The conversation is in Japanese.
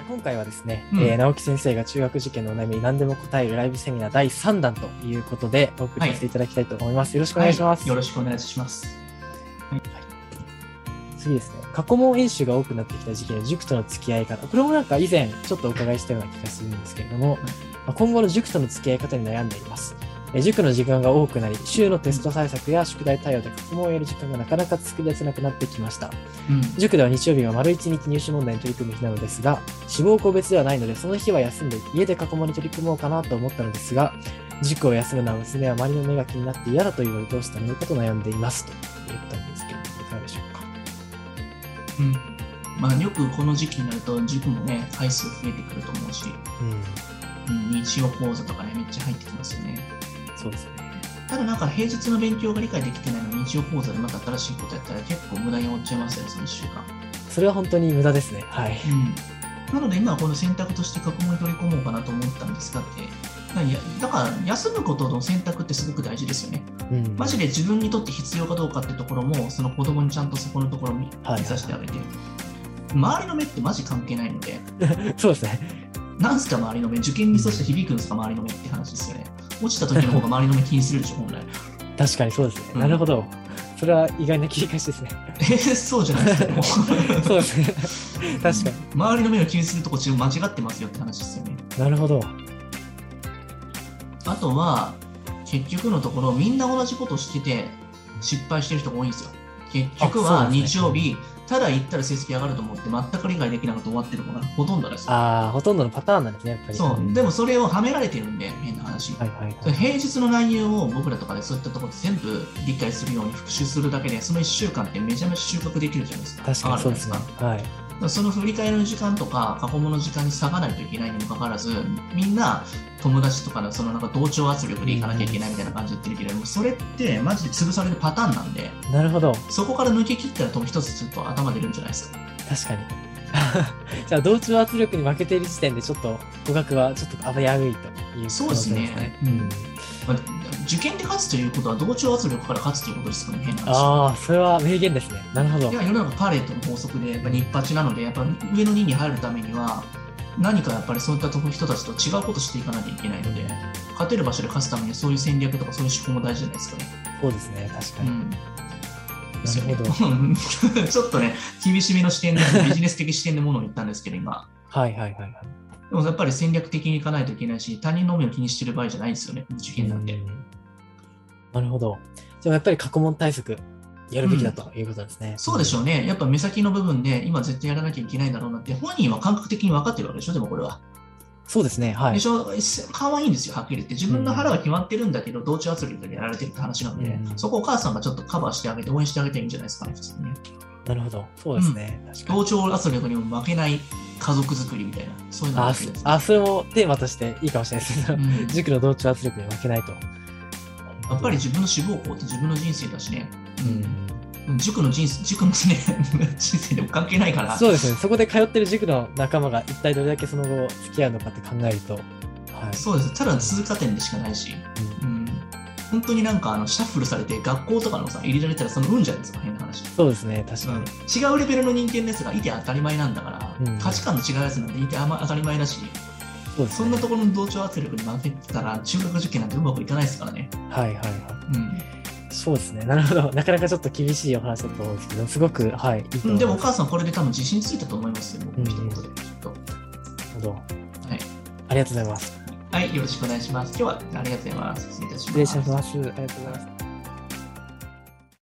今回はですね、 うん直樹先生が中学受験のお悩みに何でも答えるライブセミナー第3弾ということでお送りさせていただきたいと思います。よろしくお願いします。 よろしくお願いします。 次ですね、過去問演習が多くなってきた時期の塾との付き合い方。これもなんか以前ちょっとお伺いしたような気がするんですけれども、今後の塾との付き合い方に悩んでいます。塾の時間が多くなり、週のテスト対策や宿題対応で過去問をやる時間がなかなか作り出せなくなってきました。塾では日曜日は丸1日入試問題に取り組む日なのですが、志望校別ではないので、その日は休んで家で過去問に取り組もうかなと思ったのですが、塾を休むのは娘は周りの目が気になって嫌だと言われどうしたらいいかと悩んでいますと言ったんですけど、いかがでしょうか。 よくこの時期になると塾もね、回数増えてくると思うし、日曜講座とかね、めっちゃ入ってきますよね。 そうですね。 ただなんか平日の勉強が理解できてないのに日曜講座でまた新しいことやったら結構無駄に終わっちゃいますよね、その1週間。 それは本当に無駄ですね。はい。 なので今はこの選択として過去問に取り込もうかなと思ったんですがって、だから休むことの選択ってすごく大事ですよね。マジで自分にとって必要かどうかってところも、その子供にちゃんとそこのところを見させてあげて、周りの目ってマジ関係ないので。 そうですね。 なんすか周りの目、受験にそして響くんですか周りの目って話ですよね。落ちた時の方が周りの目気にするでしょ、本来。 確かにそうですね。なるほど。それは意外な切り返しですね。 そうじゃないですか。 そうですね。確かに。 周りの目を気にするとこ間違ってますよって話ですよね。 なるほど。 あとは、結局のところ、みんな同じことしてて失敗してる人が多いんですよ。結局は日曜日、ただ行ったら成績上がると思って全く理解できなくて終わってる子がほとんどです。 ほとんどのパターンなんですね、やっぱり。 そう。でもそれをはめられてるんで、変な話。平日の内容を僕らとかでそういったところで全部理解するように復習するだけで、その1週間ってめちゃめちゃ収穫できるじゃないですか。 確かにそうですね。 その振り返りの時間とか過去問の時間に割かないといけないにもかかわらず、みんな友達とかのそのなんか同調圧力でいかなきゃいけないみたいな感じで言ってるけど、それってマジで潰されるパターンなんで、 なるほど。 そこから抜け切ったら一つちょっと頭出るんじゃないですか。 確かに。じゃあ同調圧力に負けている時点でちょっと語学はちょっと危ういという。 そうですね。受験で勝つということは同調圧力から勝つということですからね、変な話。 それは名言ですね。なるほど。 いや、世の中パレートの法則で、やっぱ日八なので、やっぱ上の2に入るためには、何かやっぱりそういった人たちと違うことしていかなきゃいけないので、勝てる場所で勝つためにそういう戦略とかそういう手法も大事じゃないですかね。 そうですね、確かに。 なるほど。ちょっとね、厳しめの視点で、ビジネス的視点でものを言ったんですけど、今。でもやっぱり戦略的にいかないといけないし、他人の目を気にしてる場合じゃないですよね、受験なんて。 なるほど。じゃあやっぱり過去問対策やるべきだということですね。 そうでしょうね。やっぱ目先の部分で今絶対やらなきゃいけないんだろうなって、本人は感覚的に分かってるわけでしょ、でもこれは。 そうですね。はい。 でしょ、可愛いんですよ、はっきり言って。自分の腹は決まってるんだけど、同調圧力でやられてるって話なので、そこをお母さんがちょっとカバーしてあげて、応援してあげていいんじゃないですかね、普通にね。 なるほど。そうですね。確かに。 同調圧力にも負けない家族作りみたいな、そういうのがですね。 それもテーマとしていいかもしれないですね。塾の同調圧力に負けないと。 やっぱり自分の志望校って自分の人生だしね。塾のね、人生でも関係ないから。 そうですね。そこで通ってる塾の仲間が一体どれだけその後付き合うのかって考えると。 そうです。ただ通過点でしかないし。本当になんかシャッフルされて学校とかの入れられたらその運じゃないですか、変な話。 そうですね、確かに。 違うレベルの人間のやつがいて当たり前なんだから、価値観の違うやつなんていて当たり前だし、そんなところの同調圧力に負けてたら中学受験なんてうまくいかないですからね。 そうですね。なるほど。なかなかちょっと厳しいお話だと思うんですけど、すごく、いいと思います。 でもお母さんこれで多分自信ついたと思いますよ、僕の一言で。きっと。 なるほど。ありがとうございます。 はい、よろしくお願いします。今日はありがとうございます。失礼いたします。 失礼します。ありがとうございます。